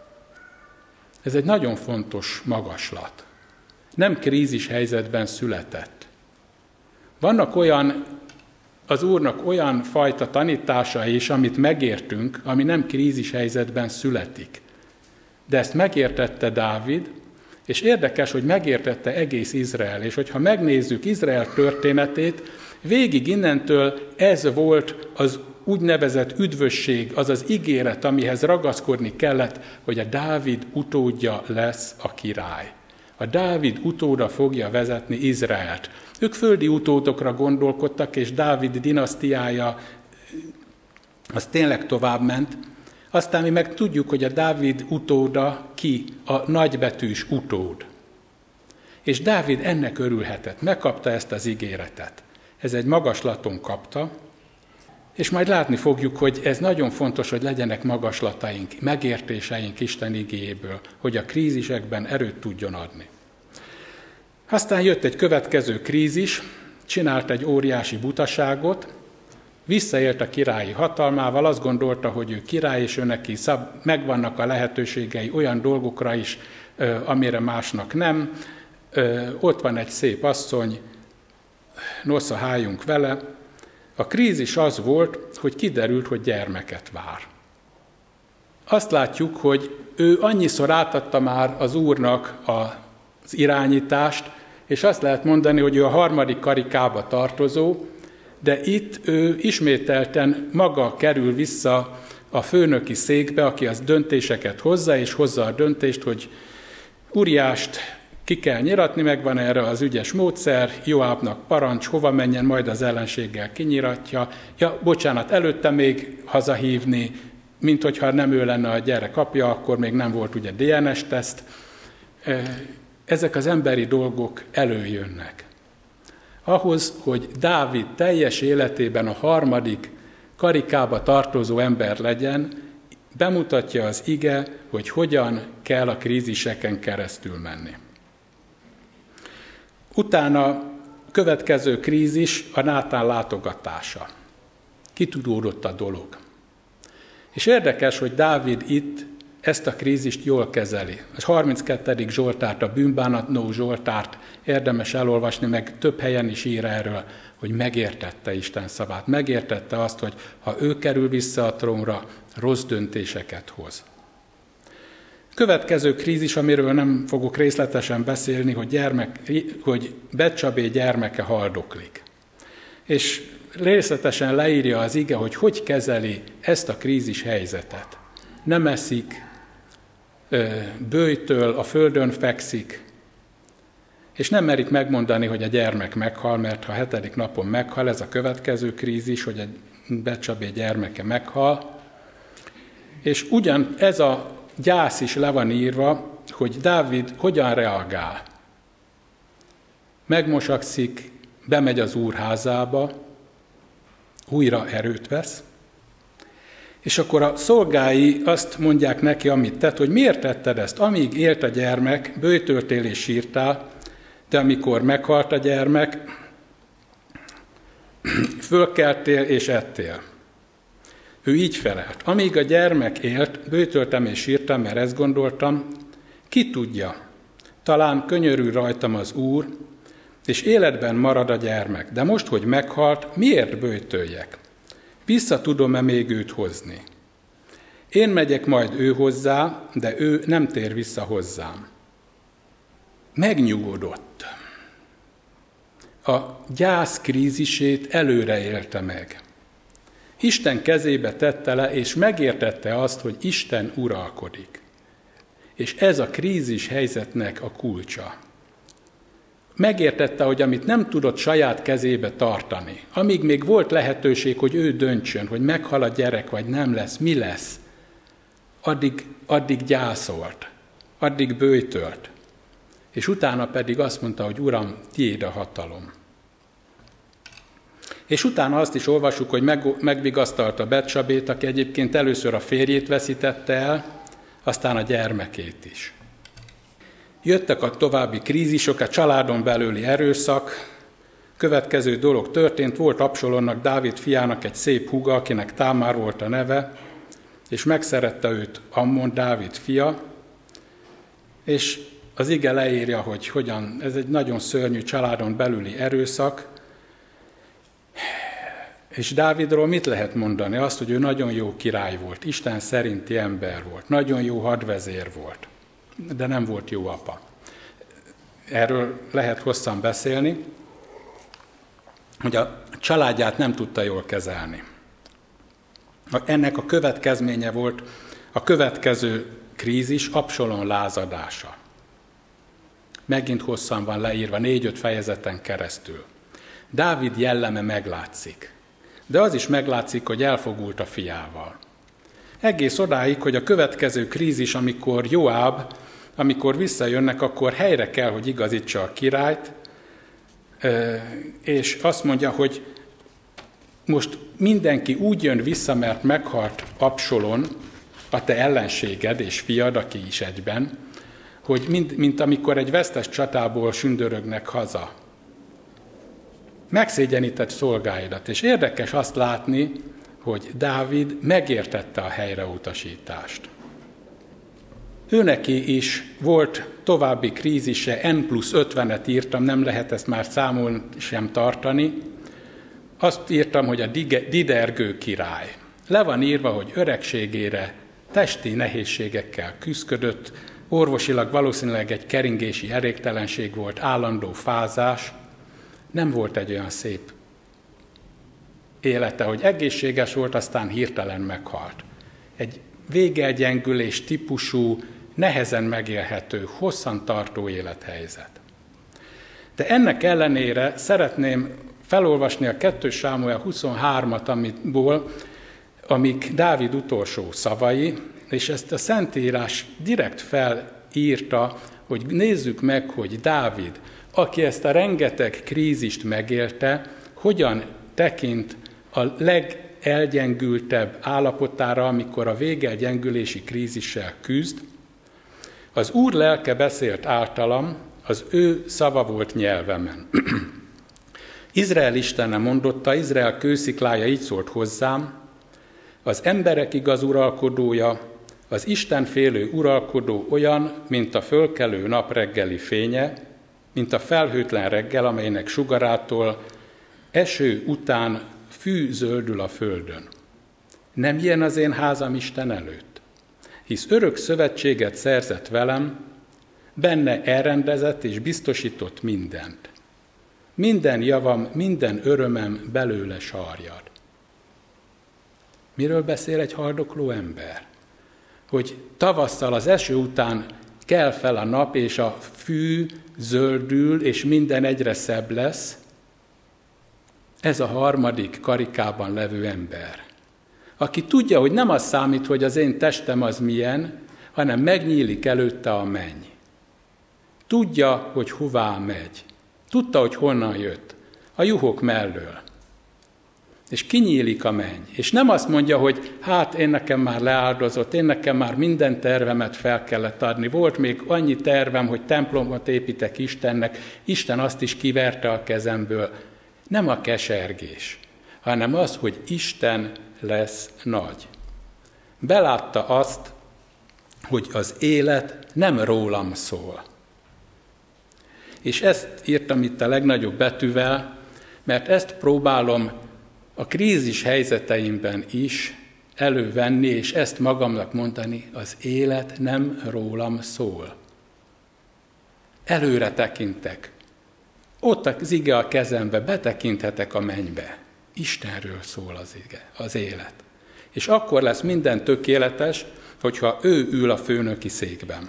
Ez egy nagyon fontos magaslat. Nem krízis helyzetben született. Vannak az Úrnak olyan fajta tanításai is, amit megértünk, ami nem krízis helyzetben születik. De ezt megértette Dávid, és érdekes, hogy megértette egész Izrael, és hogyha megnézzük Izrael történetét, végig innentől ez volt az úgynevezett üdvösség, az az ígéret, amihez ragaszkodni kellett, hogy a Dávid utódja lesz a király. A Dávid utóda fogja vezetni Izraelt. Ők földi utódokra gondolkodtak, és Dávid dinasztiája az tényleg továbbment. Aztán mi meg tudjuk, hogy a Dávid utóda ki? A nagybetűs utód. És Dávid ennek örülhetett, megkapta ezt az ígéretet. Ez egy magaslaton kapta, és majd látni fogjuk, hogy ez nagyon fontos, hogy legyenek magaslataink, megértéseink Isten igéjéből, hogy a krízisekben erőt tudjon adni. Aztán jött egy következő krízis, csinált egy óriási butaságot, visszaélt a királyi hatalmával, azt gondolta, hogy ő király, és ő neki megvannak a lehetőségei olyan dolgokra is, amire másnak nem. Ott van egy szép asszony, nosza, háljunk vele. A krízis az volt, hogy kiderült, hogy gyermeket vár. Azt látjuk, hogy ő annyiszor átadta már az Úrnak az irányítást, és azt lehet mondani, hogy ő a harmadik karikába tartozó, de itt ő ismételten maga kerül vissza a főnöki székbe, aki az döntéseket hozza, és hozza a döntést, hogy Uriást ki kell nyiratni, megvan erre az ügyes módszer, Joábnak parancs, hova menjen, majd az ellenséggel kinyiratja. Ja, bocsánat, előtte még hazahívni, mint hogyha nem ő lenne a gyerek apja, akkor még nem volt ugye DNS-teszt. Ezek az emberi dolgok előjönnek. Ahhoz, hogy Dávid teljes életében a harmadik karikába tartozó ember legyen, bemutatja az ige, hogy hogyan kell a kríziseken keresztül menni. Utána következő krízis a Nátán látogatása. Kitudódott a dolog. És érdekes, hogy Dávid itt ezt a krízist jól kezeli. A 32. Zsoltárt, a bűnbánatnó Zsoltárt érdemes elolvasni, meg több helyen is ír erről, hogy megértette Isten szavát. Megértette azt, hogy ha ő kerül vissza a trónra, rossz döntéseket hoz. Következő krízis, amiről nem fogok részletesen beszélni, hogy Betcsabé gyermeke haldoklik. És részletesen leírja az ige, hogy kezeli ezt a krízis helyzetet. Nem eszik, bőjtől, a földön fekszik, és nem merik megmondani, hogy a gyermek meghal, mert ha a 7. napon meghal, ez a következő krízis, hogy a Betcsabé gyermeke meghal. És ugyan ez a gyász is le van írva, hogy Dávid hogyan reagál. Megmosakszik, bemegy az Úr házába, újra erőt vesz, és akkor a szolgái azt mondják neki, amit tett, hogy miért tetted ezt? Amíg élt a gyermek, bőjtöltél és sírtál, de amikor meghalt a gyermek, fölkeltél és ettél. Ő így felelt. Amíg a gyermek élt, bőjtöltem és sírtam, mert ezt gondoltam, ki tudja, talán könyörül rajtam az Úr, és életben marad a gyermek. De most, hogy meghalt, miért bőjtöljek? Vissza tudom-e még őt hozni? Én megyek majd ő hozzá, de ő nem tér vissza hozzám. Megnyugodott. A gyász krízisét előre élte meg. Isten kezébe tette le, és megértette azt, hogy Isten uralkodik. És ez a krízis helyzetnek a kulcsa. Megértette, hogy amit nem tudott saját kezébe tartani, amíg még volt lehetőség, hogy ő döntsön, hogy meghal a gyerek, vagy nem lesz, mi lesz, addig gyászolt, addig bőjtölt. És utána pedig azt mondta, hogy Uram, tiéd a hatalom. És utána azt is olvassuk, hogy megvigasztalta Betcsabét, aki egyébként először a férjét veszítette el, aztán a gyermekét is. Jöttek a további krízisok, a családon belüli erőszak. Következő dolog történt, volt Absalonnak, Dávid fiának egy szép húga, akinek Támár volt a neve, és megszerette őt Ammon, Dávid fia, és az ige leírja, hogy hogyan, ez egy nagyon szörnyű családon belüli erőszak, és Dávidról mit lehet mondani? Azt, hogy ő nagyon jó király volt, Isten szerinti ember volt, nagyon jó hadvezér volt, de nem volt jó apa. Erről lehet hosszan beszélni, hogy a családját nem tudta jól kezelni. Ennek a következménye volt a következő krízis, Absalon lázadása. Megint hosszan van leírva, 4-5 fejezeten keresztül. Dávid jelleme meglátszik, de az is meglátszik, hogy elfogult a fiával. Egész odáig, hogy a következő krízis, amikor Joáb, amikor visszajönnek, akkor helyre kell, hogy igazítsa a királyt, és azt mondja, hogy most mindenki úgy jön vissza, mert meghalt Absalon, a te ellenséged és fiad, aki is egyben, hogy mint amikor egy vesztes csatából sündörögnek haza. Megszégyenített szolgáidat, és érdekes azt látni, hogy Dávid megértette a helyreutasítást. Őneki is volt további krízise, N+50-et írtam, nem lehet ezt már számon sem tartani. Azt írtam, hogy a didergő király. Le van írva, hogy öregségére testi nehézségekkel küszködött, orvosilag valószínűleg egy keringési elégtelenség volt, állandó fázás. Nem volt egy olyan szép élete, hogy egészséges volt, aztán hirtelen meghalt. Egy végelgyengülés típusú, nehezen megélhető, hosszan tartó élethelyzet. De ennek ellenére szeretném felolvasni a 2 Sámuel 23-at, amik Dávid utolsó szavai, és ezt a Szentírás direkt felírta, hogy nézzük meg, hogy Dávid, aki ezt a rengeteg krízist megélte, hogyan tekint a legelgyengültebb állapotára, amikor a végelgyengülési krízissel küzd. Az Úr lelke beszélt általam, az ő szava volt nyelvemen. Izrael Istene mondotta, Izrael kősziklája így szólt hozzám, az emberek igaz uralkodója, az Istenfélő uralkodó olyan, mint a fölkelő nap reggeli fénye, mint a felhőtlen reggel, amelynek sugarától eső után fű zöldül a földön. Nem ilyen az én házam Isten előtt, hisz örök szövetséget szerzett velem, benne elrendezett és biztosított mindent. Minden javam, minden örömem belőle sarjad. Miről beszél egy haldokló ember? Hogy tavasszal az eső után kel fel a nap, és a fű zöldül, és minden egyre szebb lesz. Ez a harmadik karikában levő ember, aki tudja, hogy nem az számít, hogy az én testem az milyen, hanem megnyílik előtte a menny. Tudja, hogy hová megy. Tudta, hogy honnan jött. A juhok mellől. És kinyílik a menny. És nem azt mondja, hogy hát én nekem már leáldozott, én nekem már minden tervemet fel kellett adni. Volt még annyi tervem, hogy templomot építek Istennek, Isten azt is kiverte a kezemből. Nem a kesergés, hanem az, hogy Isten lesz nagy. Belátta azt, hogy az élet nem rólam szól. És ezt írtam itt a legnagyobb betűvel, mert ezt próbálom a krízis helyzeteimben is elővenni, és ezt magamnak mondani, az élet nem rólam szól. Előre tekintek. Ott az ige a kezembe, betekinthetek a mennybe. Istenről szól az élet. És akkor lesz minden tökéletes, hogyha ő ül a főnöki székben.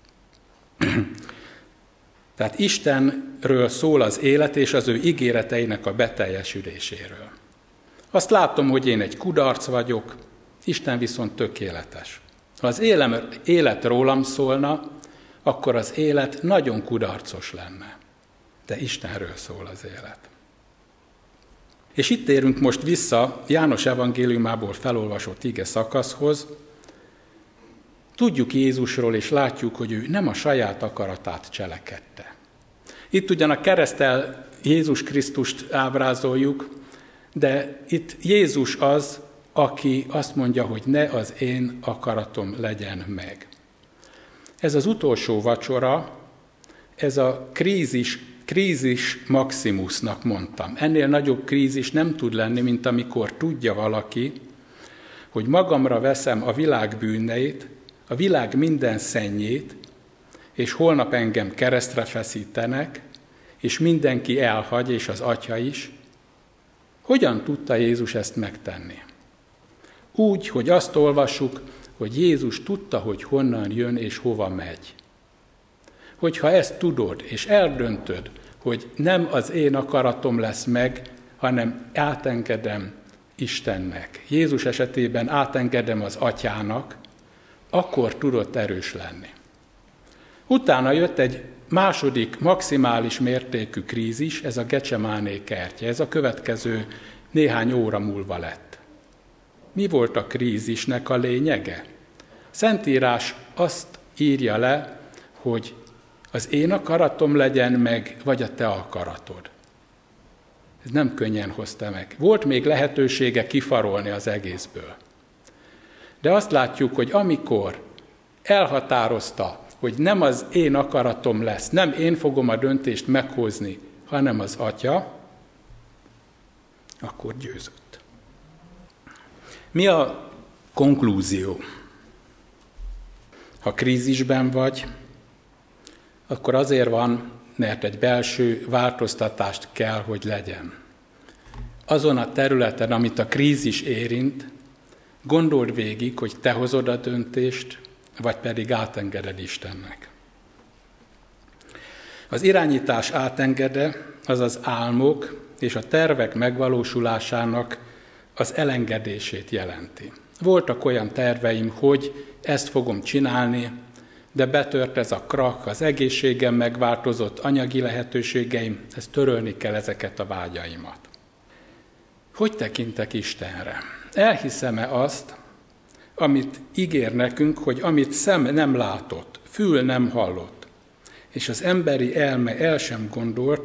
Tehát Istenről szól az élet, és az ő ígéreteinek a beteljesüléséről. Azt látom, hogy én egy kudarc vagyok, Isten viszont tökéletes. Ha az élet rólam szólna, akkor az élet nagyon kudarcos lenne. De Istenről szól az élet. És itt térünk most vissza János evangéliumából felolvasott ige szakaszhoz. Tudjuk Jézusról, és látjuk, hogy ő nem a saját akaratát cselekedte. Itt ugyan a kereszttel Jézus Krisztust ábrázoljuk, de itt Jézus az, aki azt mondja, hogy ne az én akaratom legyen meg. Ez az utolsó vacsora, ez a krízis maximusnak mondtam. Ennél nagyobb krízis nem tud lenni, mint amikor tudja valaki, hogy magamra veszem a világ bűneit, a világ minden szennyét, és holnap engem keresztre feszítenek, és mindenki elhagy, és az Atya is. Hogyan tudta Jézus ezt megtenni? Úgy, hogy azt olvassuk, hogy Jézus tudta, hogy honnan jön és hova megy. Hogyha ezt tudod, és eldöntöd, hogy nem az én akaratom lesz meg, hanem átengedem Istennek. Jézus esetében átengedem az Atyának, akkor tudott erős lenni. Utána jött egy második maximális mértékű krízis, ez a Gecsemáné kertje, ez a következő néhány óra múlva lett. Mi volt a krízisnek a lényege? Szentírás azt írja le, hogy az én akaratom legyen meg, vagy a te akaratod. Ez nem könnyen hozta meg. Volt még lehetősége kifarolni az egészből. De azt látjuk, hogy amikor elhatározta, hogy nem az én akaratom lesz, nem én fogom a döntést meghozni, hanem az Atya, akkor győzött. Mi a konklúzió? Ha krízisben vagy, akkor azért van, mert egy belső változtatást kell, hogy legyen. Azon a területen, amit a krízis érint, gondold végig, hogy te hozod a döntést, vagy pedig átengeded Istennek. Az irányítás átengede, az az álmok és a tervek megvalósulásának az elengedését jelenti. Voltak olyan terveim, hogy ezt fogom csinálni, de betört ez a krak, az egészségem megváltozott, anyagi lehetőségeim, ezt törölni kell ezeket a vágyaimat. Hogy tekintek Istenre? Elhiszem-e azt, amit ígér nekünk, hogy amit szem nem látott, fül nem hallott, és az emberi elme el sem gondolt,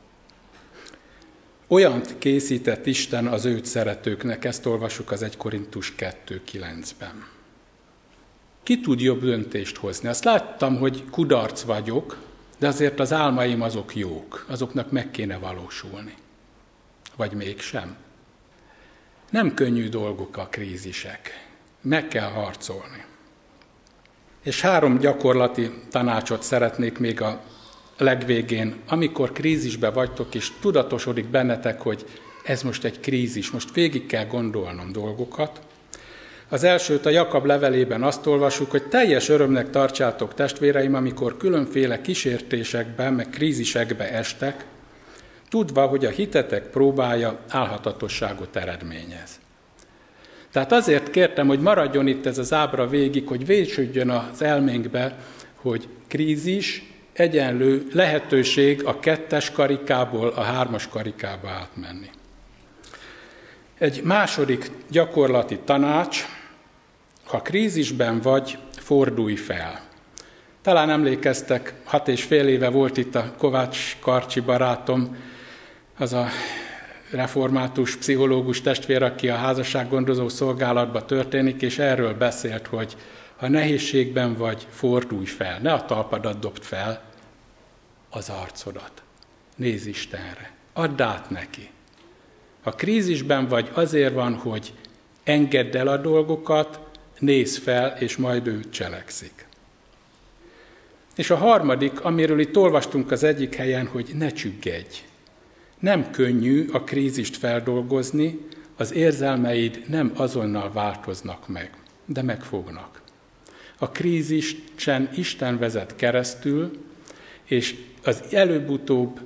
olyant készített Isten az őt szeretőknek, ezt olvassuk az 1 Korintus 2:9-ben. Ki tud jobb döntést hozni? Azt láttam, hogy kudarc vagyok, de azért az álmaim azok jók, azoknak meg kéne valósulni. Vagy mégsem. Nem könnyű dolgok a krízisek. Meg kell harcolni. És 3 gyakorlati tanácsot szeretnék még a legvégén, amikor krízisbe vagytok, és tudatosodik bennetek, hogy ez most egy krízis, most végig kell gondolnom dolgokat. Az elsőt a Jakab levelében azt olvassuk, hogy teljes örömnek tartsátok, testvéreim, amikor különféle kísértésekben, meg krízisekbe estek, tudva, hogy a hitetek próbája álhatatosságot eredményez. Tehát azért kértem, hogy maradjon itt ez az ábra végig, hogy vésődjön az elménkbe, hogy krízis egyenlő lehetőség a 2. karikából a 3. karikába átmenni. Egy második gyakorlati tanács, ha krízisben vagy, fordulj fel. Talán emlékeztek, 6,5 éve volt itt a Kovács Karcsi barátom, az a református pszichológus testvér, aki a házassággondozó szolgálatban történik, és erről beszélt, hogy ha nehézségben vagy, fordulj fel. Ne a talpadat dobd fel, az arcodat. Nézz Istenre. Add át neki. Ha krízisben vagy, azért van, hogy engedd el a dolgokat, nézz fel, és majd ő cselekszik. És a harmadik, amiről itt olvastunk az egyik helyen, hogy ne csüggedj. Nem könnyű a krízist feldolgozni, az érzelmeid nem azonnal változnak meg, de megfognak. A krízisen Isten vezet keresztül, és az előbb-utóbb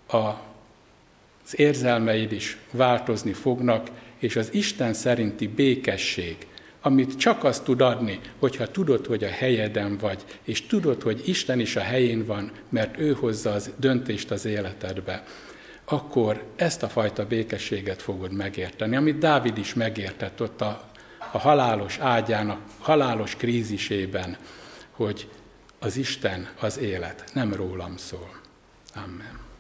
az érzelmeid is változni fognak, és az Isten szerinti békesség, amit csak azt tud adni, hogyha tudod, hogy a helyeden vagy, és tudod, hogy Isten is a helyén van, mert ő hozza az döntést az életedbe, akkor ezt a fajta békességet fogod megérteni, amit Dávid is megértett ott a halálos ágyának, halálos krízisében, hogy az Isten az élet, nem rólam szól. Amen.